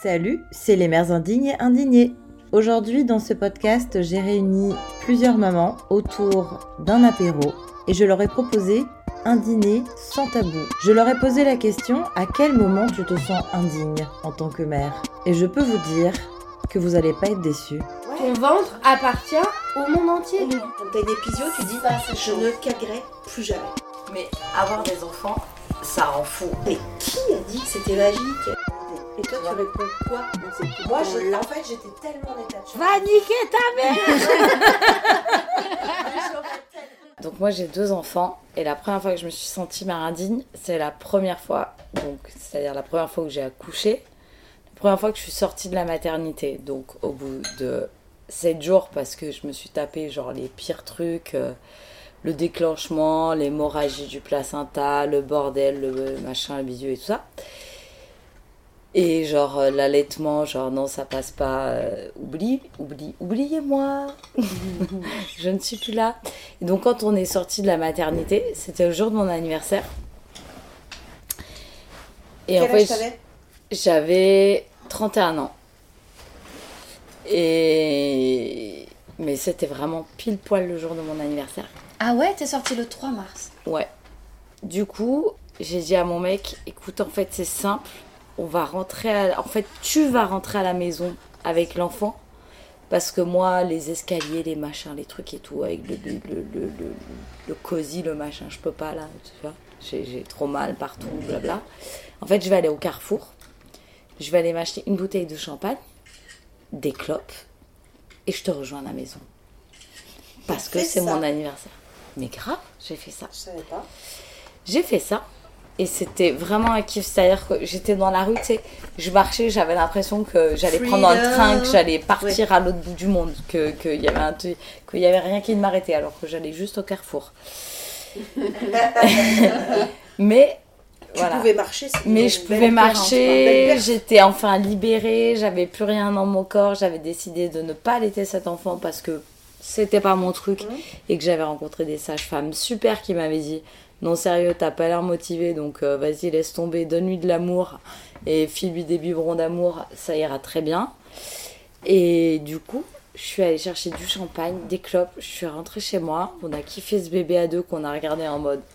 Salut, c'est les mères indignes et indignées. Aujourd'hui, dans ce podcast, j'ai réuni plusieurs mamans autour d'un apéro et je leur ai proposé un dîner sans tabou. Je leur ai posé la question: à quel moment tu te sens indigne en tant que mère? Et je peux vous dire que vous allez pas être déçus. Ton ventre appartient au monde entier. Quand t'as une épisio, tu dis je ne caguerai plus jamais. Mais avoir des enfants, ça rend fou. Mais qui a dit que c'était magique? Et toi, tu réponds quoi dans cette Moi, en fait, j'étais tellement détachée. Va niquer ta mère. Donc moi j'ai 2 enfants et la première fois que je me suis sentie mère indigne, c'est la première fois, donc c'est-à-dire la première fois que j'ai accouché, la première fois que je suis sortie de la maternité, donc au bout de 7 jours parce que je me suis tapé genre les pires trucs, le déclenchement, l'hémorragie du placenta, le bordel, le machin, le bidule et tout ça. Et genre l'allaitement, genre non ça passe pas, oubliez-moi, je ne suis plus là. Et donc quand on est sorti de la maternité, c'était le jour de mon anniversaire. Et Quel en fait, âge t'avais ? j'avais 31 ans. Mais c'était vraiment pile poil le jour de mon anniversaire. Ah ouais, t'es sortie le 3 mars. Ouais. Du coup, j'ai dit à mon mec, écoute, en fait c'est simple. En fait, tu vas rentrer à la maison avec l'enfant parce que moi, les escaliers, les machins, les trucs et tout, avec le cosy, le machin, je peux pas là, tu vois. J'ai trop mal partout, blabla. En fait, je vais aller au Carrefour, je vais aller m'acheter une bouteille de champagne, des clopes et je te rejoins à la maison. Parce que c'est mon anniversaire. Mais grave, j'ai fait ça. Je savais pas. J'ai fait ça. Et c'était vraiment un kiff, c'est-à-dire que j'étais dans la rue, tu sais, je marchais, j'avais l'impression que j'allais prendre un train, que j'allais partir à l'autre bout du monde, qu'il y avait rien qui m'arrêtait, alors que j'allais juste au Carrefour. Mais Tu pouvais marcher. Mais je pouvais marcher, j'étais enfin libérée, j'avais plus rien dans mon corps, j'avais décidé de ne pas allaiter cet enfant parce que c'était pas mon truc et que j'avais rencontré des sages-femmes super qui m'avaient dit: non sérieux, t'as pas l'air motivé, donc vas-y laisse tomber, donne-lui de l'amour et file-lui des biberons d'amour, ça ira très bien. Et du coup, je suis allée chercher du champagne, des clopes, je suis rentrée chez moi, on a kiffé ce bébé à 2 qu'on a regardé en mode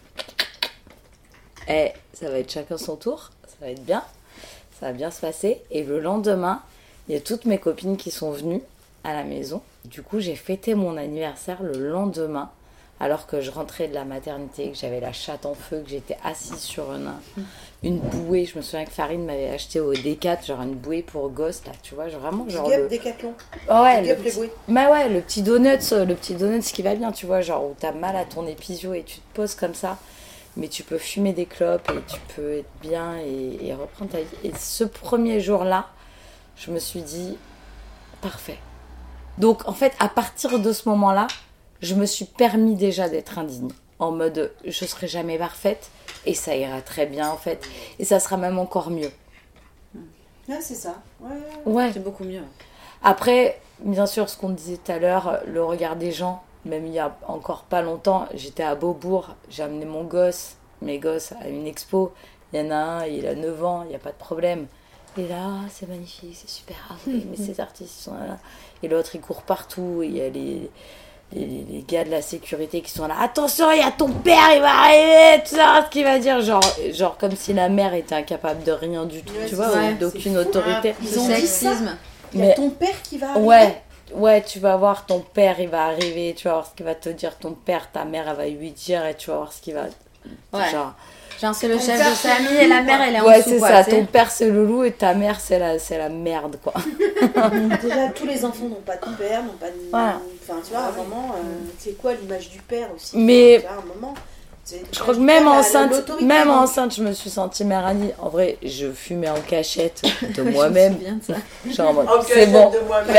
ça va être chacun son tour, ça va être bien, ça va bien se passer. Et le lendemain, il y a toutes mes copines qui sont venues à la maison. Du coup, j'ai fêté mon anniversaire le lendemain, alors que je rentrais de la maternité, que j'avais la chatte en feu, que j'étais assise sur une bouée. Je me souviens que Farine m'avait acheté au Décat, genre une bouée pour gosses, là, tu vois, vraiment genre Décathlon. Ouais, les bouées. Bah ouais, le petit donut qui va bien, tu vois, genre où t'as mal à ton épisio et tu te poses comme ça, mais tu peux fumer des clopes et tu peux être bien et reprendre ta vie. Et ce premier jour-là, je me suis dit, parfait. Donc en fait, à partir de ce moment-là, je me suis permis déjà d'être indigne. En mode, je serai jamais parfaite et ça ira très bien en fait. Et ça sera même encore mieux. Ouais, c'est ça. Ouais. C'est beaucoup mieux. Après, bien sûr, ce qu'on disait tout à l'heure, le regard des gens, même il y a encore pas longtemps, j'étais à Beaubourg, j'ai amené mes gosses à une expo. Il y en a un, il a 9 ans, il n'y a pas de problème. Et là, c'est magnifique, c'est super. Ah oui, mais ces artistes, ils sont là. Et l'autre, il court partout. Il y a les gars de la sécurité qui sont là. Attention, il y a ton père, il va arriver, tu sais ce qu'il va dire. Genre comme si la mère était incapable de rien du tout, tu vois, ou d'aucune autorité. Ils ont dit ça. Il y a ton père qui va arriver. Ouais, tu vas voir ton père, il va arriver, tu vas voir ce qu'il va te dire. Ton père, ta mère, elle va lui dire et tu vas voir ce qu'il va. Ouais. Genre c'est le chef de famille et la mère, elle est en ouais, dessous. c'est quoi, ça. tu sais. Ton père, c'est le loup et ta mère, c'est la merde, quoi. Déjà, tous les enfants n'ont pas de père, n'ont pas de. Voilà. Enfin, tu vois, à un moment, c'est quoi l'image du père aussi? Mais tu vois, à un moment, je crois que même enceinte, je me suis sentie mère indigne. En vrai, je fumais en cachette de moi-même. Je me souviens de ça. Genre en mode, c'est bon,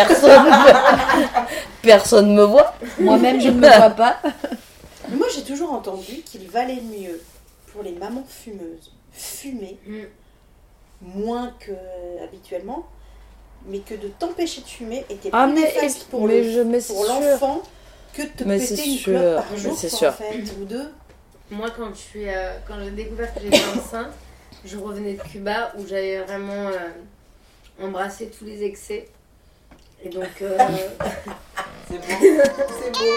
personne me voit. Moi-même, je ne me vois pas. Mais moi, j'ai toujours entendu qu'il valait mieux pour les mamans fumeuses fumer moins que habituellement, mais que de t'empêcher de fumer était plus néfaste pour l'enfant que de te péter une clope par jour, en fait, ou 2. Moi, quand j'ai découvert que j'étais enceinte, je revenais de Cuba où j'avais vraiment embrasser tous les excès. Et donc... C'est beau. C'est beau.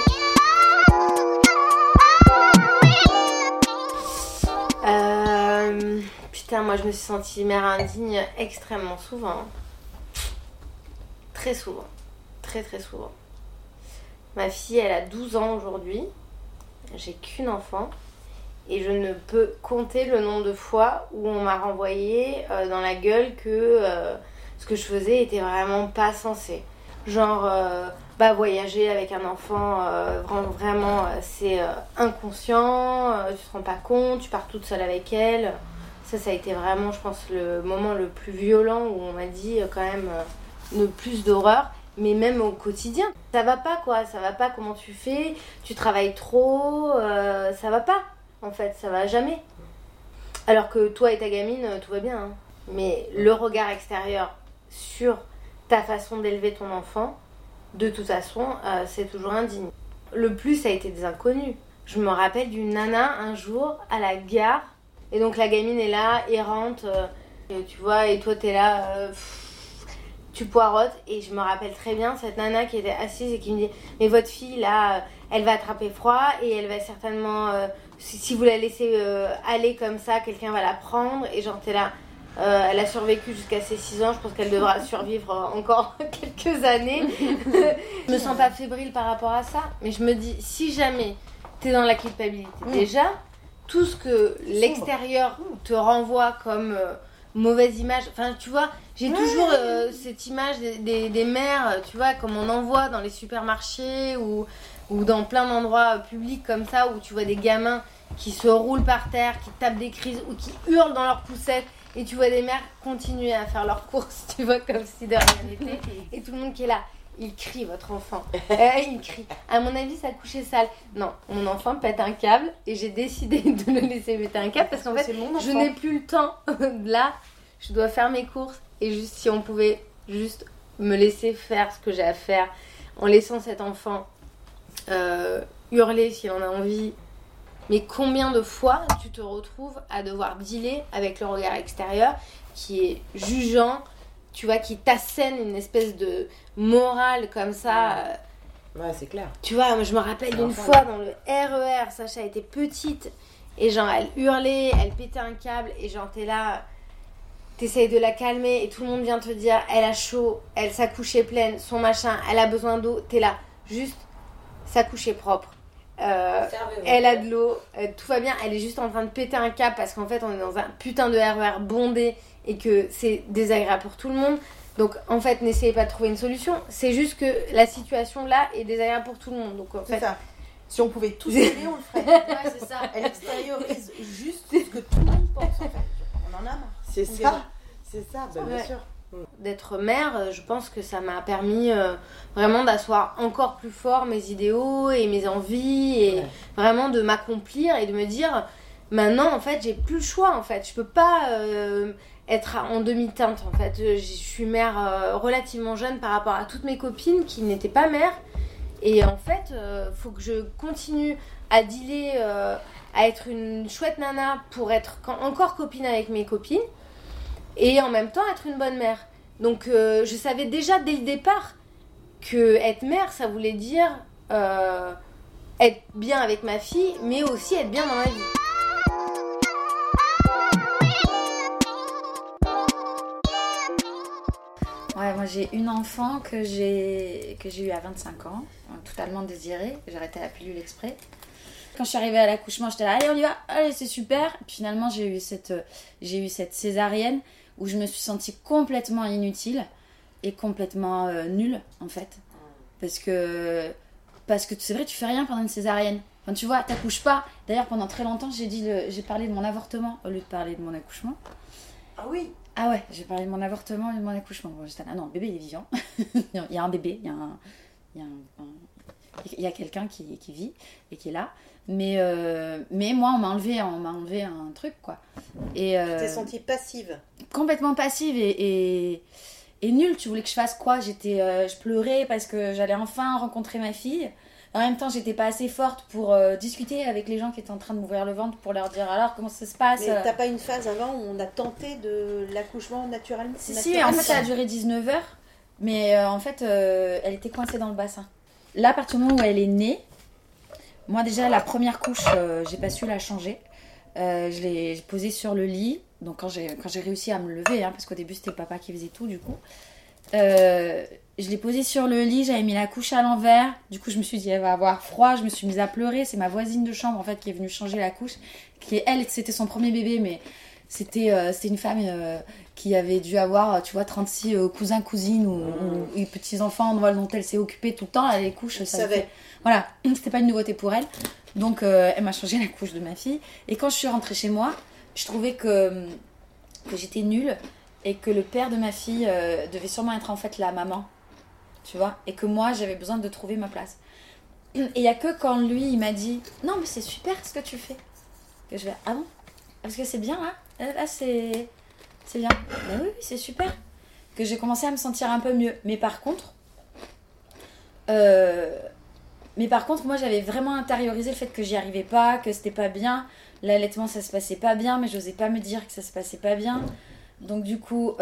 Putain, moi je me suis sentie mère indigne extrêmement souvent. Très souvent. Très très souvent. Ma fille, elle a 12 ans aujourd'hui. J'ai qu'une enfant. Et je ne peux compter le nombre de fois où on m'a renvoyé dans la gueule que ce que je faisais était vraiment pas sensé. Genre, voyager avec un enfant, vraiment, c'est inconscient, tu te rends pas compte, tu pars toute seule avec elle. Ça a été vraiment, je pense, le moment le plus violent où on m'a dit quand même le plus d'horreur. Mais même au quotidien, ça va pas quoi, ça va pas, comment tu fais, tu travailles trop, ça va pas. En fait, ça va jamais. Alors que toi et ta gamine, tout va bien. Hein. Mais le regard extérieur sur ta façon d'élever ton enfant, de toute façon, c'est toujours indigne. Le plus, ça a été des inconnus. Je me rappelle d'une nana un jour à la gare. Et donc la gamine est là, errante, tu vois, et toi t'es là, tu poirotes. Et je me rappelle très bien cette nana qui était assise et qui me dit « Mais votre fille, là, elle va attraper froid et elle va certainement... si vous la laissez aller comme ça, quelqu'un va la prendre. » Et genre t'es là, elle a survécu jusqu'à ses 6 ans, je pense qu'elle devra survivre encore quelques années. Je me sens pas fébrile par rapport à ça, mais je me dis, si jamais t'es dans la culpabilité, déjà, tout ce que l'extérieur te renvoie comme mauvaise image, enfin tu vois, j'ai toujours cette image des mères, tu vois, comme on en voit dans les supermarchés ou dans plein d'endroits publics comme ça, où tu vois des gamins qui se roulent par terre, qui tapent des crises ou qui hurlent dans leurs poussettes, et tu vois des mères continuer à faire leurs courses, tu vois, comme si de rien n'était, et tout le monde qui est là. Il crie, votre enfant. Il crie. À mon avis, sa couche est sale. Non, mon enfant pète un câble et j'ai décidé de le laisser péter un câble parce qu'en fait, je n'ai plus le temps. Là, je dois faire mes courses et juste si on pouvait juste me laisser faire ce que j'ai à faire en laissant cet enfant hurler s'il en a envie. Mais combien de fois tu te retrouves à devoir dealer avec le regard extérieur qui est jugeant, tu vois, qui t'assène une espèce de morale comme ça. Ouais, c'est clair. Tu vois, moi je me rappelle d'une fois dans le RER, Sacha était petite et genre elle hurlait, elle pétait un câble et genre t'es là, t'essayes de la calmer et tout le monde vient te dire elle a chaud, sa couche est pleine, son machin, elle a besoin d'eau, t'es là, juste sa couche est propre. Elle a de l'eau, tout va bien, elle est juste en train de péter un câble parce qu'en fait on est dans un putain de RER bondé et que c'est désagréable pour tout le monde. Donc en fait n'essayez pas de trouver une solution, c'est juste que la situation là est désagréable pour tout le monde. Donc en fait, ça. Si on pouvait tous aller, on le ferait. Ouais, c'est ça. Elle extériorise juste ce que tout le monde pense en fait. On en a marre. C'est ça. C'est ça, bah, bien sûr. D'être mère, je pense que ça m'a permis vraiment d'asseoir encore plus fort mes idéaux et mes envies et vraiment de m'accomplir et de me dire maintenant en fait j'ai plus le choix en fait, je peux pas être en demi-teinte en fait, je suis mère relativement jeune par rapport à toutes mes copines qui n'étaient pas mères et en fait faut que je continue à dealer, à être une chouette nana pour être encore copine avec mes copines et en même temps être une bonne mère. Donc je savais déjà dès le départ que être mère ça voulait dire être bien avec ma fille mais aussi être bien dans ma vie. Ouais, moi j'ai une enfant que j'ai eue à 25 ans, totalement désirée, j'ai arrêté la pilule exprès. Quand je suis arrivée à l'accouchement, j'étais là, allez on y va, allez c'est super. Puis finalement j'ai eu cette césarienne où je me suis sentie complètement inutile et complètement nulle en fait. Parce que c'est vrai, tu fais rien pendant une césarienne. Enfin, tu vois, t'accouches pas. D'ailleurs pendant très longtemps j'ai parlé de mon avortement au lieu de parler de mon accouchement. Ah oui. Ah ouais, j'ai parlé de mon avortement et de mon accouchement. Bon, j'étais là, non, le bébé il est vivant. Il y a un bébé, il y a quelqu'un qui vit et qui est là. Mais moi, on m'a enlevé un truc, quoi. Et tu t'es sentie passive. Complètement passive et nulle. Tu voulais que je fasse quoi ? Je pleurais parce que j'allais enfin rencontrer ma fille. En même temps, j'étais pas assez forte pour discuter avec les gens qui étaient en train de m'ouvrir le ventre pour leur dire alors comment ça se passe. Mais t'as pas une phase avant où on a tenté de l'accouchement naturel? Si, mais en fait, ça a duré 19 heures. Mais en fait, elle était coincée dans le bassin. Là, à partir du moment où elle est née, moi déjà, la première couche, j'ai pas su la changer. Je l'ai posée sur le lit. Donc quand j'ai réussi à me lever, parce qu'au début, c'était le papa qui faisait tout, du coup. Je l'ai posée sur le lit, j'avais mis la couche à l'envers. Du coup, je me suis dit, elle va avoir froid. Je me suis mise à pleurer. C'est ma voisine de chambre, en fait, qui est venue changer la couche. Elle, c'était son premier bébé, mais c'était une femme qui avait dû avoir, tu vois, 36 cousins, cousines ou petits-enfants dont elle s'est occupée tout le temps. Les couches, ça fait... Voilà, c'était pas une nouveauté pour elle. Donc, elle m'a changé la couche de ma fille. Et quand je suis rentrée chez moi, je trouvais que j'étais nulle et que le père de ma fille devait sûrement être en fait la maman. Tu vois, et que moi j'avais besoin de trouver ma place. Et il n'y a que quand lui il m'a dit non mais c'est super ce que tu fais que je vais ah bon, parce que c'est bien là c'est bien, ben oui c'est super, que j'ai commencé à me sentir un peu mieux. Mais par contre moi j'avais vraiment intériorisé le fait que j'y arrivais pas, que c'était pas bien, l'allaitement ça se passait pas bien, mais j'osais pas me dire que ça se passait pas bien. Donc du coup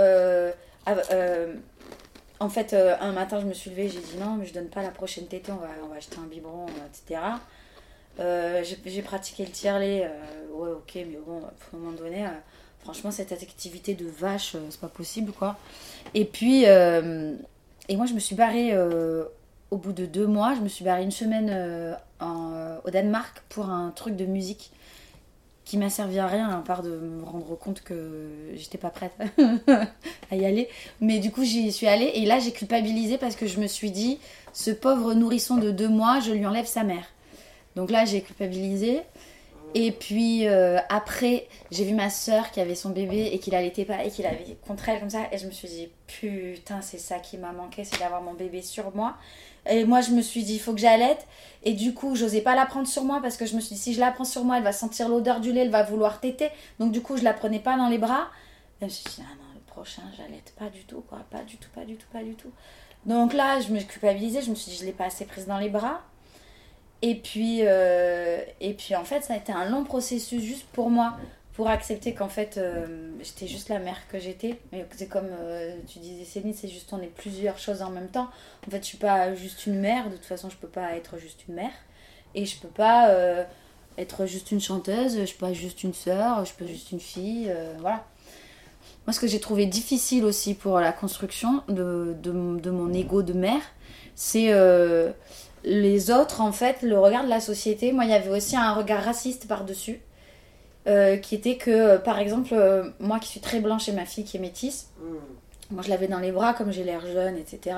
en fait, un matin, je me suis levée, j'ai dit non, mais je donne pas la prochaine tétée, on va acheter un biberon, etc. J'ai pratiqué le tire-lait, ouais, ok, mais bon, à un moment donné, franchement, cette activité de vache, c'est pas possible, quoi. Et puis, et moi, je me suis barrée, au bout de 2 mois, je me suis barrée une semaine au Danemark pour un truc de musique qui m'a servi à rien, à part de me rendre compte que j'étais pas prête à y aller. Mais du coup, j'y suis allée et là, j'ai culpabilisé parce que je me suis dit, ce pauvre nourrisson de 2 mois, je lui enlève sa mère. Donc là, j'ai culpabilisé. Et puis après, j'ai vu ma sœur qui avait son bébé et qui l'allaitait pas et qui l'avait contre elle comme ça. Et je me suis dit, putain, c'est ça qui m'a manqué, c'est d'avoir mon bébé sur moi. Et moi, je me suis dit, il faut que j'allaite. Et du coup, j'osais pas la prendre sur moi parce que je me suis dit, si je la prends sur moi, elle va sentir l'odeur du lait, elle va vouloir téter. Donc du coup, je la prenais pas dans les bras. Et je me suis dit, ah non, le prochain, j'allaite pas du tout, quoi. Pas du tout. Donc là, je me culpabilisais. Je me suis dit, je l'ai pas assez prise dans les bras. Et puis en fait, ça a été un long processus juste pour moi, pour accepter qu'en fait, j'étais juste la mère que j'étais. Mais c'est comme tu disais, Céline, c'est juste on est plusieurs choses en même temps. En fait, je suis pas juste une mère. De toute façon, je peux pas être juste une mère. Et je peux pas être juste une chanteuse. Je suis pas juste une sœur. Je peux juste une fille. Voilà. Moi, ce que j'ai trouvé difficile aussi pour la construction de mon ego de mère, c'est... les autres, en fait, le regard de la société. Moi, il y avait aussi un regard raciste par-dessus, qui était que, par exemple, moi qui suis très blanche et ma fille qui est métisse, moi je l'avais dans les bras comme j'ai l'air jeune, etc.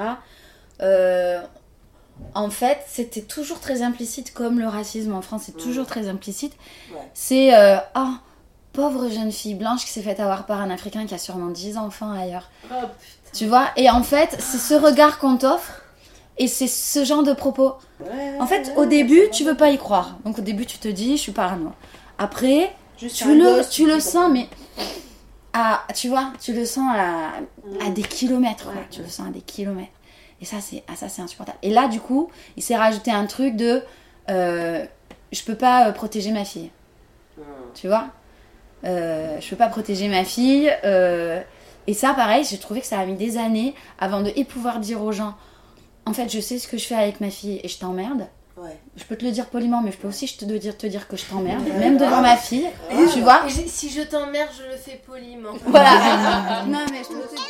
En fait, c'était toujours très implicite, comme le racisme en France, c'est toujours très implicite. Ouais. C'est, oh, pauvre jeune fille blanche qui s'est faite avoir par un Africain qui a sûrement 10 enfants ailleurs. Oh, putain. Tu vois ? Et en fait, c'est ce regard qu'on t'offre. Et c'est ce genre de propos. En fait, au début, tu veux pas y croire. Donc au début, tu te dis, je suis parano. Après, tu le sens, mais... tu vois, tu le sens à des kilomètres. Ouais. Tu le sens à des kilomètres. Et ça, c'est insupportable. Et là, du coup, il s'est rajouté un truc de... je peux pas protéger ma fille. Tu vois, je peux pas protéger ma fille. Et ça, pareil, j'ai trouvé que ça a mis des années avant de pouvoir dire aux gens... En fait, je sais ce que je fais avec ma fille et je t'emmerde. Ouais. Je peux te le dire poliment, mais je peux aussi te dire que je t'emmerde, même devant ma fille. Tu vois ? Si je t'emmerde, je le fais poliment. Voilà. Non, mais je peux te dire.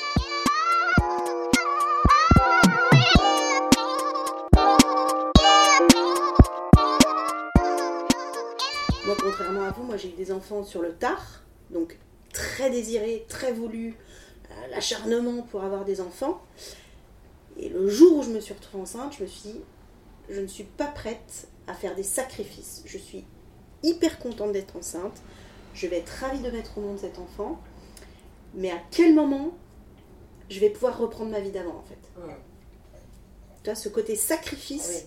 Moi, contrairement à vous, j'ai eu des enfants sur le tard, donc très désirés, très voulus, l'acharnement pour avoir des enfants. Et le jour où je me suis retrouvée enceinte, je me suis dit, je ne suis pas prête à faire des sacrifices. Je suis hyper contente d'être enceinte. Je vais être ravie de mettre au monde cet enfant. Mais à quel moment je vais pouvoir reprendre ma vie d'avant, en fait. Tu vois, ce côté sacrifice,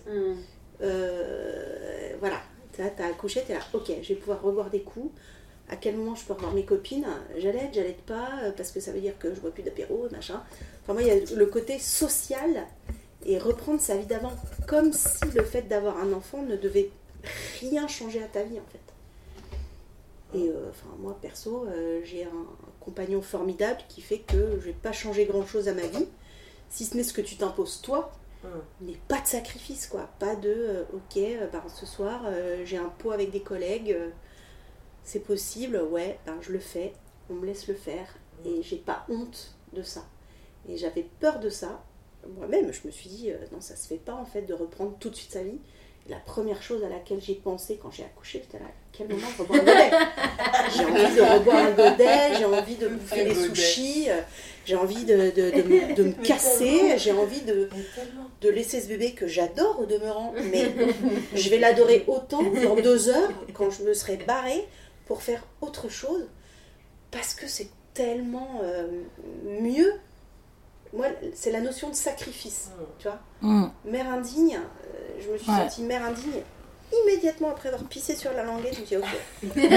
voilà. T'as accouché, t'es là, ok, je vais pouvoir revoir des coups. À quel moment je peux revoir mes copines, j'allaite pas, parce que ça veut dire que je bois plus d'apéro, machin. Enfin, moi, il y a le côté social et reprendre sa vie d'avant. Comme si le fait d'avoir un enfant ne devait rien changer à ta vie, en fait. Et moi, perso, j'ai un compagnon formidable qui fait que je vais pas changer grand-chose à ma vie, si ce n'est ce que tu t'imposes toi, mais pas de sacrifice, quoi. Pas de, ce soir, j'ai un pot avec des collègues, c'est possible, je le fais, on me laisse le faire, et j'ai pas honte de ça. Et j'avais peur de ça. Moi-même, je me suis dit, non, ça se fait pas, en fait, de reprendre tout de suite sa vie. Et la première chose à laquelle j'ai pensé quand j'ai accouché, j'étais là, à quel moment je rebois un godet ? J'ai envie de reboire un godet, j'ai envie de bouffer des sushis, j'ai envie de me casser, j'ai envie de laisser ce bébé que j'adore au demeurant, mais je vais l'adorer autant dans 2 heures, quand je me serai barrée pour faire autre chose, parce que c'est tellement mieux. Moi, c'est la notion de sacrifice, tu vois. Mère indigne, je me suis sentie mère indigne immédiatement après avoir pissé sur la languette. Je me suis dit, ok.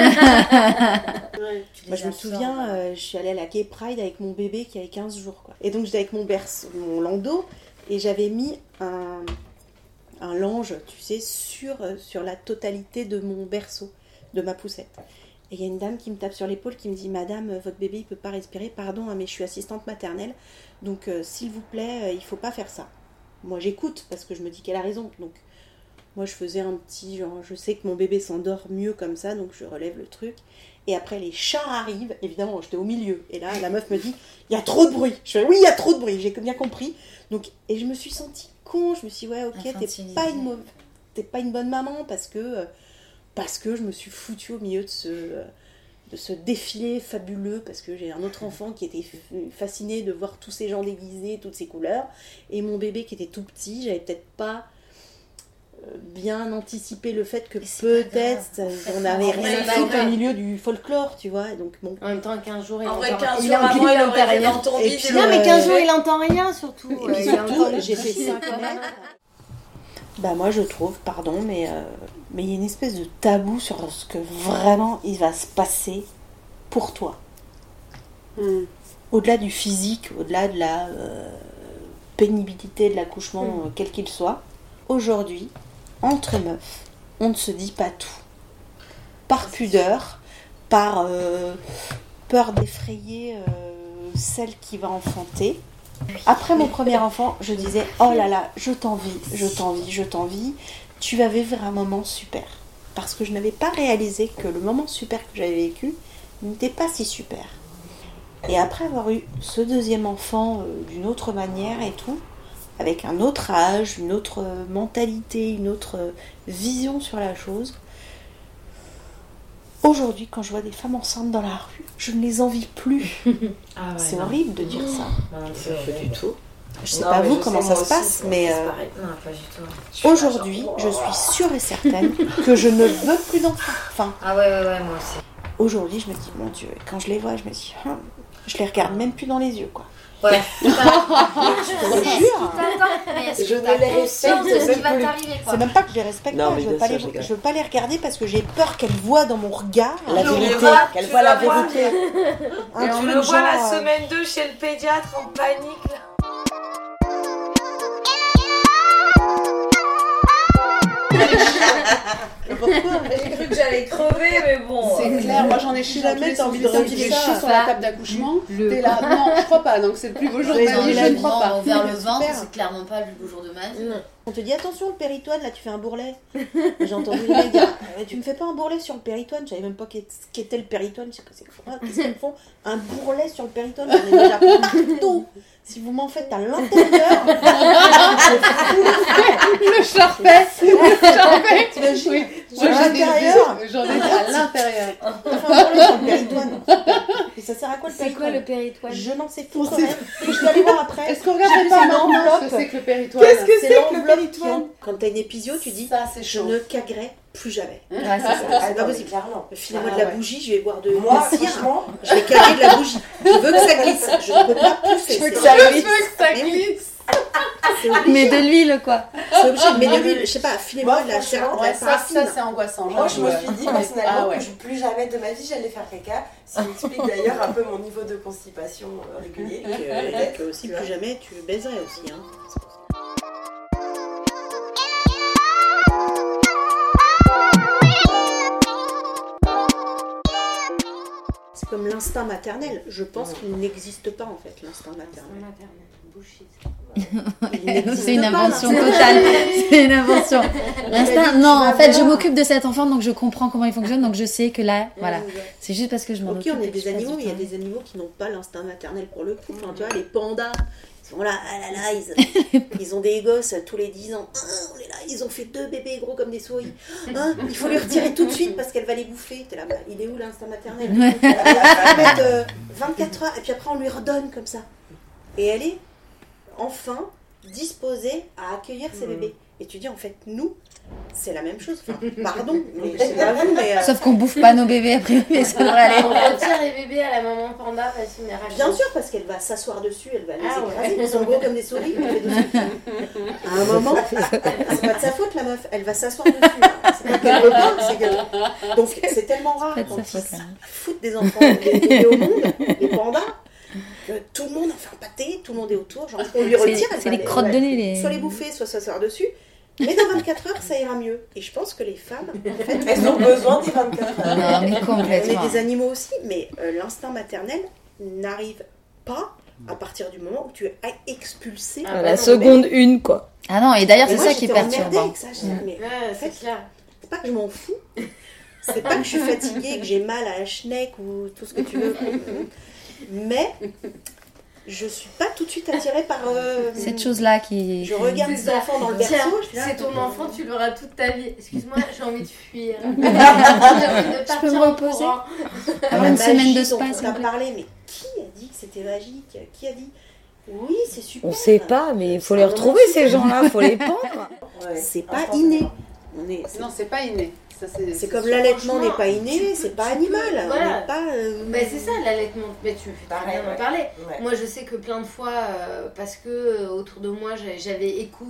Moi, je me souviens, je suis allée à la Gay Pride avec mon bébé qui avait 15 jours, quoi. Et donc, j'étais avec mon landau, et j'avais mis un lange, tu sais, sur la totalité de mon berceau, de ma poussette. Et il y a une dame qui me tape sur l'épaule qui me dit « Madame, votre bébé il peut pas respirer, pardon, mais je suis assistante maternelle, donc s'il vous plaît, il faut pas faire ça. » Moi j'écoute parce que je me dis qu'elle a raison, donc moi je faisais un petit genre, je sais que mon bébé s'endort mieux comme ça, donc je relève le truc. Et après les chats arrivent, évidemment j'étais au milieu, et là la meuf me dit « Il y a trop de bruit !» Je fais « Oui, il y a trop de bruit, j'ai bien compris. » Donc, et je me suis sentie con, je me suis dit « Ouais, ok, t'es pas une bonne maman parce que je me suis foutue au milieu de ce défilé fabuleux, parce que j'ai un autre enfant qui était fasciné de voir tous ces gens déguisés, toutes ces couleurs, et mon bébé qui était tout petit, j'avais peut-être pas bien anticipé le fait que peut-être on n'avait rien fait au milieu du folklore, tu vois, donc bon. En même temps, 15 jours, il En vrai, entend 15 il jours, entend il rien. aurait fait dans ton Et bide, puis, il Non, aurait- mais 15 jours, il entend rien, surtout. Et puis Il surtout, entend j'ai fait 5 mètres. Bah moi je trouve, pardon, mais il y a une espèce de tabou sur ce que vraiment il va se passer pour toi. Au-delà du physique, au-delà de la pénibilité de l'accouchement, quel qu'il soit, aujourd'hui, entre meufs, on ne se dit pas tout. Par pudeur, par peur d'effrayer celle qui va enfanter. Après mon premier enfant, je disais « Oh là là, je t'envie, tu vas vivre un moment super. » Parce que je n'avais pas réalisé que le moment super que j'avais vécu n'était pas si super. Et après avoir eu ce deuxième enfant d'une autre manière et tout, avec un autre âge, une autre mentalité, une autre vision sur la chose, aujourd'hui, quand je vois des femmes enceintes dans la rue, je ne les envie plus. C'est horrible de dire ça. Non, c'est pas du tout. Je sais pas vous comment ça se passe, mais Non, pas du tout. aujourd'hui, je suis sûre et certaine que je ne veux plus d'enfants. Enfin, Ah ouais, moi aussi. aujourd'hui, je me dis, mon Dieu, quand je les vois, je me dis, je les regarde même plus dans les yeux, quoi. Ouais. Je te jure. Je ne les respecte de ce qui même va plus. t'arriver, quoi. C'est même pas que je les respecte Non, pas, mais je veux bien pas, sûr, je veux pas les regarder parce que j'ai peur qu'elles voient dans mon regard la Non, mais vérité, voilà, qu'elles tu voient la la vois. vérité. Un Et on truc le voit la genre, semaine 2 chez le pédiatre en panique là. J'ai cru que j'allais crever, mais bon. C'est clair, moi j'en ai chié dans tous Jamais les t'as sens envie du de terme, il est revivre chié ça. sur la table d'accouchement. T'es là, non, je crois pas, donc c'est le plus beau jour de ma vie, je ne crois pas. Vers le ventre, ventre, c'est c'est clairement pas le plus beau jour de ma vie. On te dit attention le péritoine, là tu fais un bourrelet. J'ai entendu les mecs dire tu me fais pas un bourrelet sur le péritoine, je savais même pas qu'était le péritoine, je sais pas qu'est-ce qu'ils font. Un bourrelet sur le péritoine, j'en ai déjà partout. Si vous m'en faites à l'intérieur, Le charpet, t'imagines oui. à l'intérieur, J'en ai à l'intérieur. t'as fait un bourrelet sur le péritoine. Et ça sert à quoi le C'est péritoine quoi le péritoine? Je n'en sais foutre rien. Je suis allée voir après. Est-ce qu'on regarde pas maintenant ce que c'est que le péritoine? C'est l'enveloppe qui ont. Quand t'as une épisio, tu dis Ça, c'est je chaud. ne caguerai plus jamais. Ah, C'est pas non, mais possible. clairement. Filez-moi Ah, de la ouais. bougie, je vais boire de Moi, la cire. franchement, Je vais caguer de la bougie. Je veux que ça glisse. Je ne peux pas pousser. Je veux que C'est ça obligé. glisse. C'est obligé. Mais de l'huile, quoi. C'est obligé. Mais de l'huile, je sais pas, filez-moi Moi, de la franchement, de la Ouais, ça paraffine. c'est angoissant. moi je me j'avoue. suis dit personnellement Ah ouais. que plus jamais de ma vie j'allais faire caca. Ça explique d'ailleurs un peu mon niveau de constipation régulier. Et que aussi plus jamais tu baiserais aussi. Hein. comme l'instinct maternel. Je pense qu'il n'existe pas en fait, l'instinct maternel. Bullshit. C'est une invention totale. C'est une invention. L'instinct, non, en fait, je m'occupe de cet enfant, donc je comprends comment il fonctionne, donc je sais que là, voilà. C'est juste parce que je m'en occupe. Ok, on est et que je des passe animaux, du mais il y a temps. des animaux qui n'ont pas l'instinct maternel pour le coup. Enfin, tu vois, les pandas, ils sont là, ah là là, ils ont des gosses tous les 10 ans. Ah, on est là, ils ont fait 2 bébés gros comme des souris. Ah, il faut lui retirer tout de suite parce qu'elle va les bouffer. T'es là, bah, il est où l'instinct maternel? Ouais. Elle va mettre 24 heures et puis après on lui redonne comme ça. Et elle est enfin disposée à accueillir ses bébés. Et tu dis en fait, nous, c'est la même chose. Enfin, pardon, mais c'est pas vous, mais. Sauf qu'on bouffe pas nos bébés après, mais ça devrait aller. On retire les bébés à la maman panda parce qu'il est Bien sûr, parce qu'elle va s'asseoir dessus, elle va les Ah écraser. ouais. Ils sont gros comme des souris. Elle fait dessus. À un moment, c'est pas de sa faute, la meuf. Elle va s'asseoir dessus. C'est pas qu'elle veut pas, c'est que. Donc c'est tellement rare pas de quand sa ils faute, là. foutent des enfants, des bébés au monde, les pandas, que tout le monde en fait un pâté, tout le monde est autour. Genre, on lui retire. elle C'est va les crottes de nez. Les... Soit les bouffer, soit s'asseoir dessus. Mais dans 24 heures, ça ira mieux. Et je pense que les femmes, en fait, Elles ont besoin des 24 heures. Non, mais on complètement. est des animaux aussi, mais l'instinct maternel n'arrive pas à partir du moment où tu as expulsé. Ah, À la non, seconde une, quoi. Ah non, et d'ailleurs, Et c'est moi, ça qui est j'étais emmerdée perturbant. avec ça. Je disais, mais Ouais, en fait, c'est clair. c'est pas que je m'en fous. C'est pas que je suis fatiguée, que j'ai mal à la schneck ou tout ce que tu veux. Mais je suis pas tout de suite attirée par. Cette chose-là qui. Je regarde C'est les ça. enfants dans le Tiens, berceau. je suis là, c'est ton enfant, tu l'auras toute ta vie. Excuse-moi, j'ai envie de fuir. J'ai envie de Je partir peux me en reposer courant. Avant la une semaine magie de dont spa, on s'il t'a vous plaît. parlé, mais qui a dit que c'était magique? Qui a dit? Oui, c'est super. On sait pas, mais il faut C'est les un retrouver, moment ces gens-là. Il faut les pendre. Ouais. C'est pas inné. C'est Non, c'est pas inné. Ça, c'est comme sûr. l'allaitement Franchement, n'est pas inné, c'est pas animal. voilà. On n'est pas. Mais c'est ça l'allaitement. Mais tu fais très bien Pareil, d'en ouais. parler. Ouais. Moi, je sais que plein de fois, parce que autour de moi, j'avais écho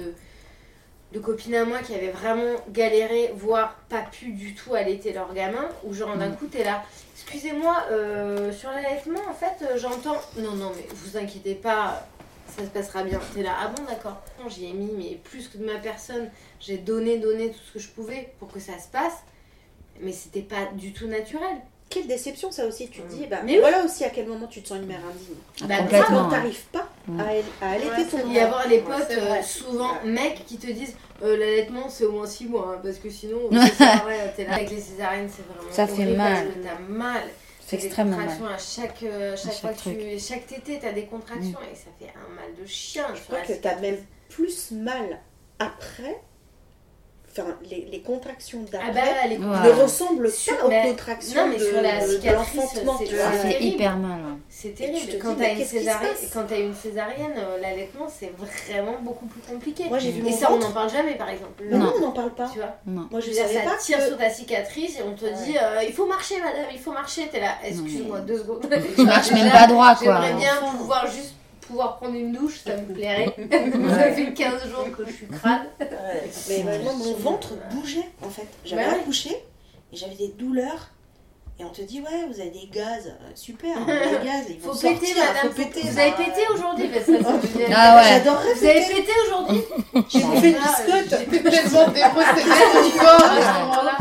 de copines à moi qui avaient vraiment galéré, voire pas pu du tout allaiter leur gamin, ou genre d'un coup, t'es là. Excusez-moi, sur l'allaitement, en fait, j'entends. Non, mais vous inquiétez pas. Ça se passera bien. T'es là, ah bon, d'accord. J'y ai mis, mais plus que de ma personne, j'ai donné tout ce que je pouvais pour que ça se passe. Mais c'était pas du tout naturel. Quelle déception ça aussi, tu te dis, bah, Mais oui. voilà aussi à quel moment tu te sens une mère indigne. Bah, complètement. Quand t'arrives pas à allaiter ton Il y a enfant. avoir les potes, c'est vrai. souvent mecs, qui te disent l'allaitement c'est au moins 6 mois, hein, parce que sinon, c'est vrai, t'es là avec les césariennes, c'est vraiment Ça fait horrible mal. parce que t'as mal. C'est extrêmement mal. Des contractions à chaque fois chaque que chaque tété, t'as des contractions et ça fait un mal de chien. Je crois que t'as même plus mal après. Enfin, les contractions d'après Ah bah les Ouais. ne ressemblent Sur- pas aux mais- contractions non, mais sur la de cicatrice, l'enfantement. c'est- tu vois. Ça fait terrible. hyper mal. Ouais. C'est Et tu terrible. te Quand dis, t'as mais une qu'est-ce qui se césarienne, passe quand t'as une césarienne, l'allaitement c'est vraiment beaucoup plus compliqué. Moi j'ai vu Et mon ça on ventre. n'en parle jamais par exemple. Non, Non. on n'en parle pas. Tu vois. Non. Moi je Je veux dire, savais ça pas tire que... sur ta cicatrice et on te dit il faut marcher madame, il faut marcher. T'es là, excuse-moi 2 secondes. Tu marches même pas droit, quoi. J'aimerais bien pouvoir prendre une douche, ça me plairait. Ça fait 15 jours que je suis crade. Mais moi mon ventre bougeait en fait. J'avais Bah ouais. accouché et j'avais des douleurs. Et on te dit, ouais, vous avez des gaz. Super, hein, les gaz, ils vont Faut sortir. péter madame. Faut péter. Vous avez pété aujourd'hui parce que ça me vient. Ah ouais. J'adorerais Vous avez péter. pété aujourd'hui. J'ai bouffé une Ah, biscotte. J'étais tellement dépossédée du corps à ce moment-là.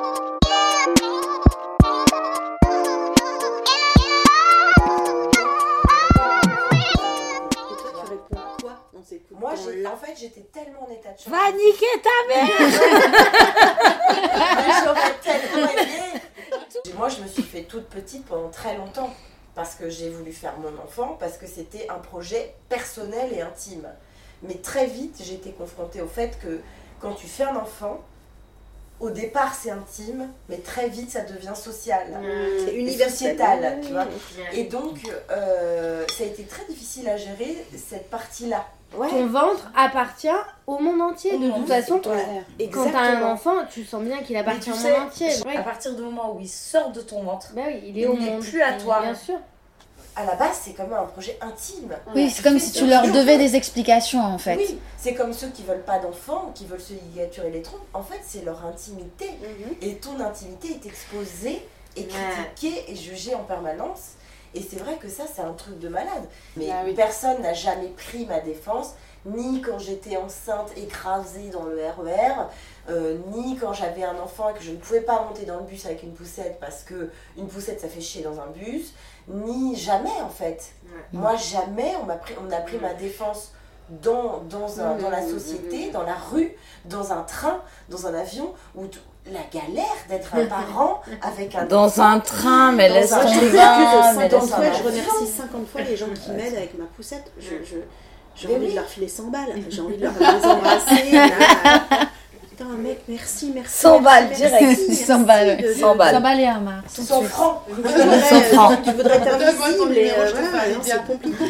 Et toi, tu réponds quoi dans ces coups de Moi, temps-là en fait, j'étais tellement en état de choc. Va niquer ta mère. J'aurais tellement aimé. Moi, je me suis fait toute petite pendant très longtemps parce que j'ai voulu faire mon enfant, parce que c'était un projet personnel et intime. Mais très vite, j'ai été confrontée au fait que quand tu fais un enfant, au départ c'est intime, mais très vite ça devient social. C'est Et universel. sociétal, tu vois. Et donc, ça a été très difficile à gérer cette partie-là. Ton ventre appartient au monde entier. De toute façon, Ouais, quand t'as un enfant, tu sens bien qu'il appartient Mais au tu monde entier. sais, à partir du moment où il sort de ton ventre, Bah oui, il est il au n'est monde. plus à toi. Bien sûr. À la base, c'est quand même un projet intime. Oui, c'est comme si tu leur devais des explications en fait. Oui, c'est comme ceux qui veulent pas d'enfants, qui veulent se ligaturer les trompes. En fait, c'est leur intimité. Et ton intimité est exposée et critiquée et jugée en permanence. Et c'est vrai que ça, c'est un truc de malade. Mais Ah oui. personne n'a jamais pris ma défense, ni quand j'étais enceinte écrasée dans le RER, ni quand j'avais un enfant et que je ne pouvais pas monter dans le bus avec une poussette parce que une poussette ça fait chier dans un bus, ni jamais en fait. Moi jamais on a pris ma défense dans la société, dans la rue, dans un train, dans un avion, où la galère d'être un parent avec un dans enfant, un train, mais laisse tomber. Je remercie 50 fois les gens qui m'aident avec ma poussette. J'ai envie de leur filer 100 balles, j'ai envie de les embrasser. Putain, mec, merci. 100 balles, direct. 100 balles. 100 balles. 100 balles et un marque. 100 francs. Tu voudrais être invisible et c'est compliqué.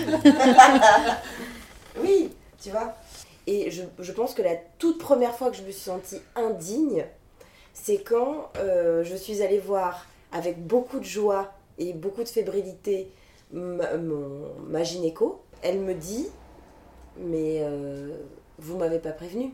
Oui, tu vois. Et je pense que la toute première fois que je me suis sentie indigne, c'est quand je suis allée voir avec beaucoup de joie et beaucoup de fébrilité ma gynéco. Elle me dit, mais vous m'avez pas prévenue.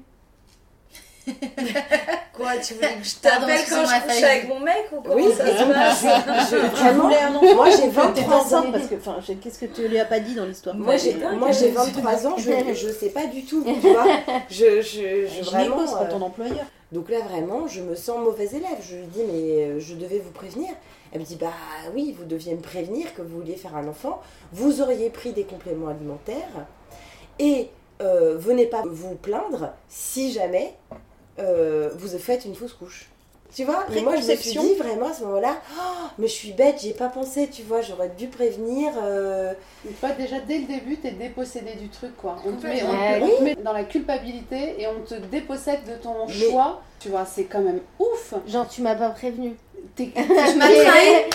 Quoi, tu voulais que je T'appelles quand je couche avec mon mec ou comment Oui, ça se passe? vraiment, moi j'ai 23 ans. Parce que, qu'est-ce que tu lui as pas dit dans l'histoire? Moi j'ai 23 ans, je sais pas du tout, tu vois. Je vraiment. C'est pas ton employeur. Donc là vraiment, je me sens mauvaise élève. Je lui dis mais je devais vous prévenir. Elle me dit bah oui, vous deviez me prévenir que vous vouliez faire un enfant. Vous auriez pris des compléments alimentaires et venez pas vous plaindre si jamais vous faites une fausse couche. Tu vois, mais moi je me suis dit vraiment à ce moment-là, oh, mais je suis bête, j'y ai pas pensé, tu vois, j'aurais dû prévenir. Une fois déjà dès le début, t'es dépossédé du truc quoi. On te met dans la culpabilité et on te dépossède de ton choix. Tu vois, c'est quand même ouf. Genre, tu m'as pas prévenu. Tu m'as trahi.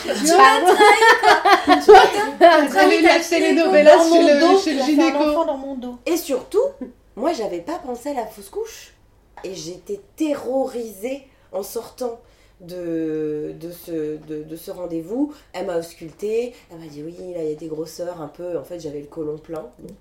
m'as trahi l'acheter les novellas chez le gynéco. Dans mon dos. Et surtout, moi j'avais pas pensé à la fausse couche. Et j'étais terrorisée en sortant de ce rendez-vous. Elle m'a auscultée, elle m'a dit oui, là il y a des grosseurs un peu. En fait, j'avais le côlon plein. Donc,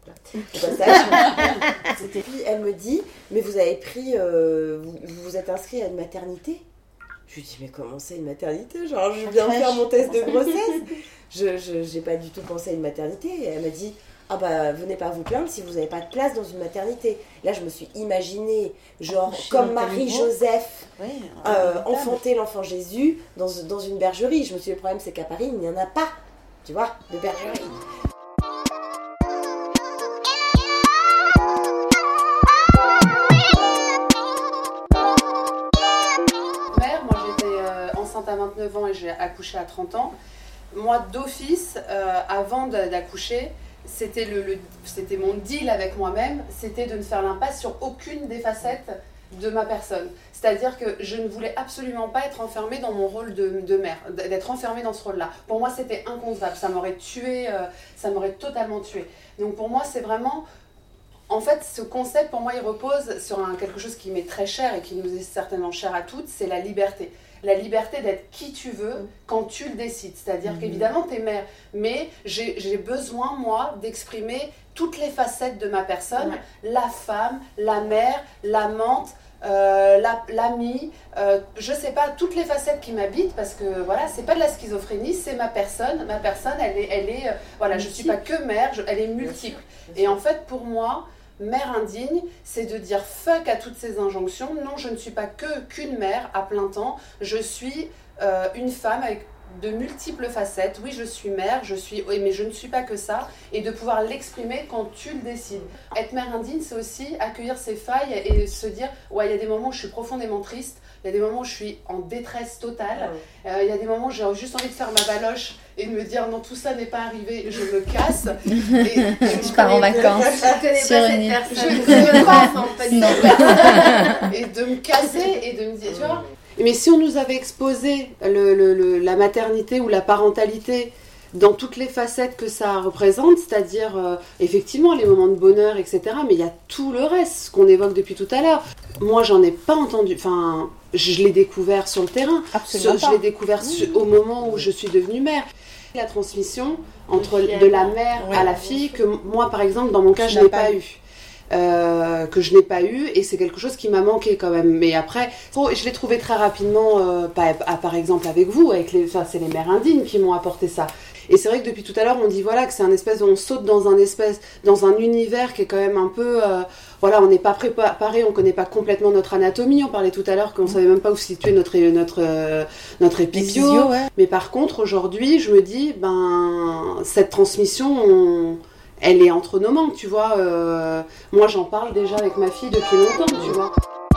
puis elle me dit, mais vous avez pris, vous vous êtes inscrit à une maternité? Je lui dis, mais comment c'est une maternité? Genre, je viens faire mon test de grossesse. J'ai pas du tout pensé à une maternité. Et elle m'a dit, ah bah venez pas vous plaindre si vous n'avez pas de place dans une maternité. Là je me suis imaginée genre comme Marie-Joseph enfanter l'enfant Jésus dans une bergerie. Je me suis dit le problème c'est qu'à Paris il n'y en a pas, tu vois, de bergerie. Mère, moi j'étais enceinte à 29 ans et j'ai accouché à 30 ans. Moi d'office, avant d'accoucher, c'était mon deal avec moi-même, c'était de ne faire l'impasse sur aucune des facettes de ma personne. C'est-à-dire que je ne voulais absolument pas être enfermée dans mon rôle de mère, d'être enfermée dans ce rôle-là. Pour moi, c'était inconcevable, ça m'aurait tuée, ça m'aurait totalement tuée. Donc pour moi, c'est vraiment... En fait, ce concept, pour moi, il repose sur quelque chose qui m'est très cher et qui nous est certainement cher à toutes, c'est la liberté. La liberté d'être qui tu veux quand tu le décides. C'est-à-dire qu'évidemment, t'es mère, mais j'ai besoin, moi, d'exprimer toutes les facettes de ma personne, la femme, la mère, l'amante, l'amie, je sais pas, toutes les facettes qui m'habitent, parce que voilà, c'est pas de la schizophrénie, c'est ma personne, elle est voilà, je suis pas que mère, elle est multiple. Et en fait, pour moi, mère indigne, c'est de dire fuck à toutes ces injonctions. Non, je ne suis pas qu'une mère à plein temps. Je suis une femme avec de multiples facettes. Oui, je suis mère, mais je ne suis pas que ça. Et de pouvoir l'exprimer quand tu le décides. Être mère indigne, c'est aussi accueillir ses failles et se dire, ouais, il y a des moments où je suis profondément triste. Il y a des moments où je suis en détresse totale. Il y a des moments où j'ai juste envie de faire ma baloche et de me dire non, tout ça n'est pas arrivé, je me casse. Je pars en vacances. Je connais sur pas cette une île. personne. Je connais pas Et de me casser et de me dire, tu vois. Mais si on nous avait exposé la maternité ou la parentalité dans toutes les facettes que ça représente, c'est-à-dire effectivement les moments de bonheur, etc. Mais il y a tout le reste, ce qu'on évoque depuis tout à l'heure. Moi, j'en ai pas entendu, enfin, je l'ai découvert sur le terrain. Absolument je l'ai découvert au moment où je suis devenue mère. La transmission de la mère à la fille, que moi, par exemple, dans mon cas, je n'ai pas eu. Que je n'ai pas eu, et c'est quelque chose qui m'a manqué quand même. Mais après, je l'ai trouvé très rapidement, par exemple avec vous, c'est les mères indignes qui m'ont apporté ça. Et c'est vrai que depuis tout à l'heure, on dit voilà que c'est un espèce, on saute dans un univers qui est quand même un peu, voilà, on n'est pas préparé, on connaît pas complètement notre anatomie. On parlait tout à l'heure qu'on savait même pas où se situait notre épithyo. Ouais. Mais par contre, aujourd'hui, je me dis, cette transmission, elle est entre nos mains, tu vois. Moi, j'en parle déjà avec ma fille depuis longtemps, tu vois.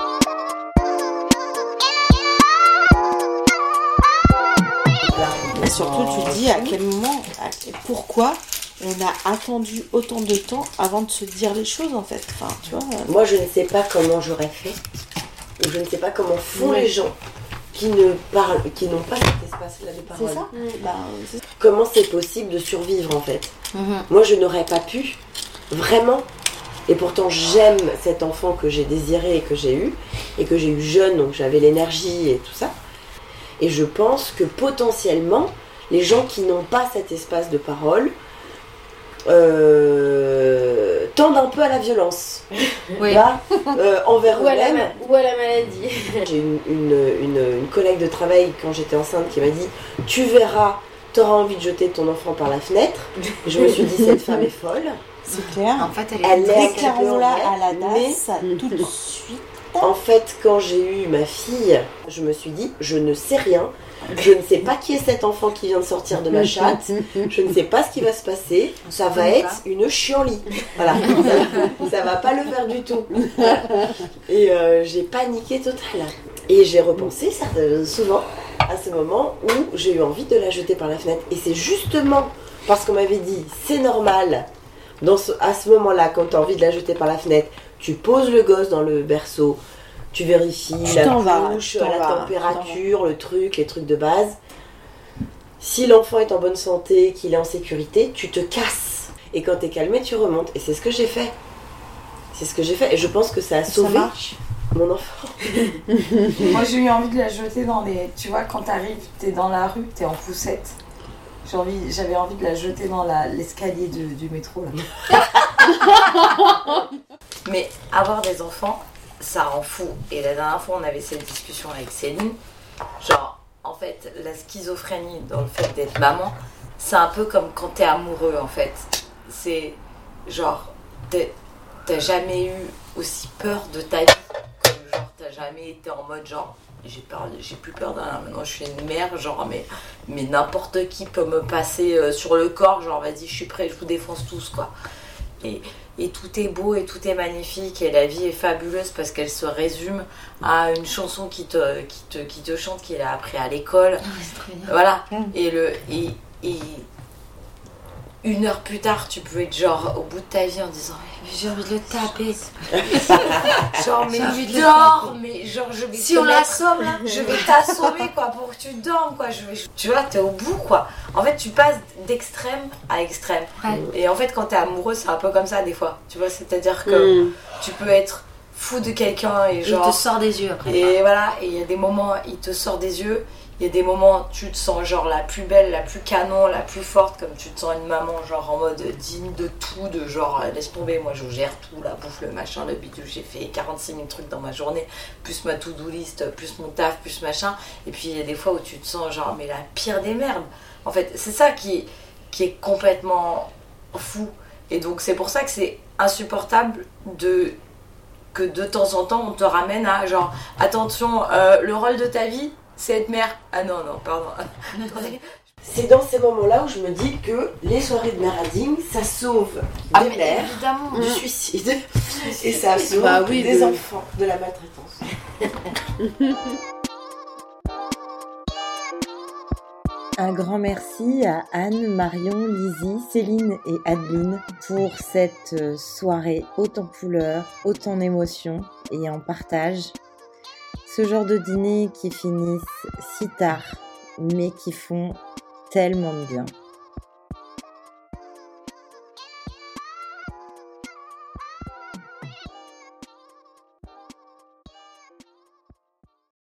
Et surtout, tu te dis à quel moment, pourquoi on a attendu autant de temps avant de se dire les choses, en fait. Enfin, tu vois. Moi, je ne sais pas comment j'aurais fait. Et je ne sais pas comment font les gens qui n'ont pas cet espace-là de parole. C'est ça. C'est ça. Comment c'est possible de survivre, en fait. Moi, je n'aurais pas pu, vraiment. Et pourtant, j'aime cet enfant que j'ai désiré et que j'ai eu jeune, donc j'avais l'énergie et tout ça. Et je pense que potentiellement, les gens qui n'ont pas cet espace de parole tendent un peu à la violence. Oui. Là, envers eux-mêmes. Ou à la maladie. J'ai une collègue de travail quand j'étais enceinte qui m'a dit « Tu verras, t'auras envie de jeter ton enfant par la fenêtre. » Je me suis dit « Cette femme est folle. » C'est clair. En fait, elle est déclarons-la à la DAS tout de suite. En fait, quand j'ai eu ma fille, je me suis dit, je ne sais rien. Je ne sais pas qui est cet enfant qui vient de sortir de ma chatte. Je ne sais pas ce qui va se passer. Ça va être une chienlit. Voilà. Ça va pas le faire du tout. Et j'ai paniqué total. Et j'ai repensé souvent à ce moment où j'ai eu envie de la jeter par la fenêtre. Et c'est justement parce qu'on m'avait dit, c'est normal. À ce moment-là, quand tu as envie de la jeter par la fenêtre, tu poses le gosse dans le berceau, tu vérifies la couche, la température, les trucs de base. Si l'enfant est en bonne santé, qu'il est en sécurité, tu te casses. Et quand tu es calmé, tu remontes. Et c'est ce que j'ai fait. Et je pense que ça a sauvé mon enfant. Moi, j'ai eu envie de la jeter dans les... Tu vois, quand t'arrives, t'es dans la rue, t'es en poussette. J'avais envie de la jeter dans l'escalier du métro, là. Mais avoir des enfants, ça rend fou. Et la dernière fois, on avait cette discussion avec Céline. Genre, en fait, la schizophrénie dans le fait d'être maman, c'est un peu comme quand t'es amoureux, en fait. C'est genre, t'as jamais eu aussi peur de ta vie. Comme genre, t'as jamais été en mode genre, j'ai plus peur d'un... Maintenant, je suis une mère, genre, mais n'importe qui peut me passer sur le corps. Genre, vas-y, je suis prêt, je vous défonce tous, quoi. Et tout est beau et tout est magnifique et la vie est fabuleuse parce qu'elle se résume à une chanson qui te chante qu'il a appris à l'école. Voilà. Et une heure plus tard, tu peux être genre au bout de ta vie en disant j'ai envie de le taper. Genre mais dors, mais genre je vais si on l'assomme là, je vais t'assommer quoi pour que tu dormes quoi. Tu vois, t'es au bout quoi. En fait, tu passes d'extrême à extrême. Ouais. Et en fait, quand t'es amoureux, c'est un peu comme ça des fois. Tu vois, c'est-à-dire que tu peux être fou de quelqu'un et genre. Il te sort des yeux après. Et voilà, et il y a des moments, il te sort des yeux. Il y a des moments, tu te sens genre la plus belle, la plus canon, la plus forte, comme tu te sens une maman, genre en mode digne de tout, de genre laisse tomber, moi je gère tout, la bouffe, le machin, le bidule, j'ai fait 46 000 trucs dans ma journée, plus ma to-do list, plus mon taf, plus machin. Et puis il y a des fois où tu te sens genre, mais la pire des merdes. En fait, c'est ça qui est complètement fou. Et donc c'est pour ça que c'est insupportable que de temps en temps on te ramène à genre, attention, le rôle de ta vie, c'est être mère. Ah non, pardon. C'est dans ces moments-là où je me dis que les soirées de Merding, ça sauve des mères du suicide et ça sauve des enfants de la maltraitance. Un grand merci à Anne, Marion, Lizzie, Céline et Adeline pour cette soirée haute en couleurs, haute en émotions et en partage. Ce genre de dîner qui finissent si tard, mais qui font tellement de bien.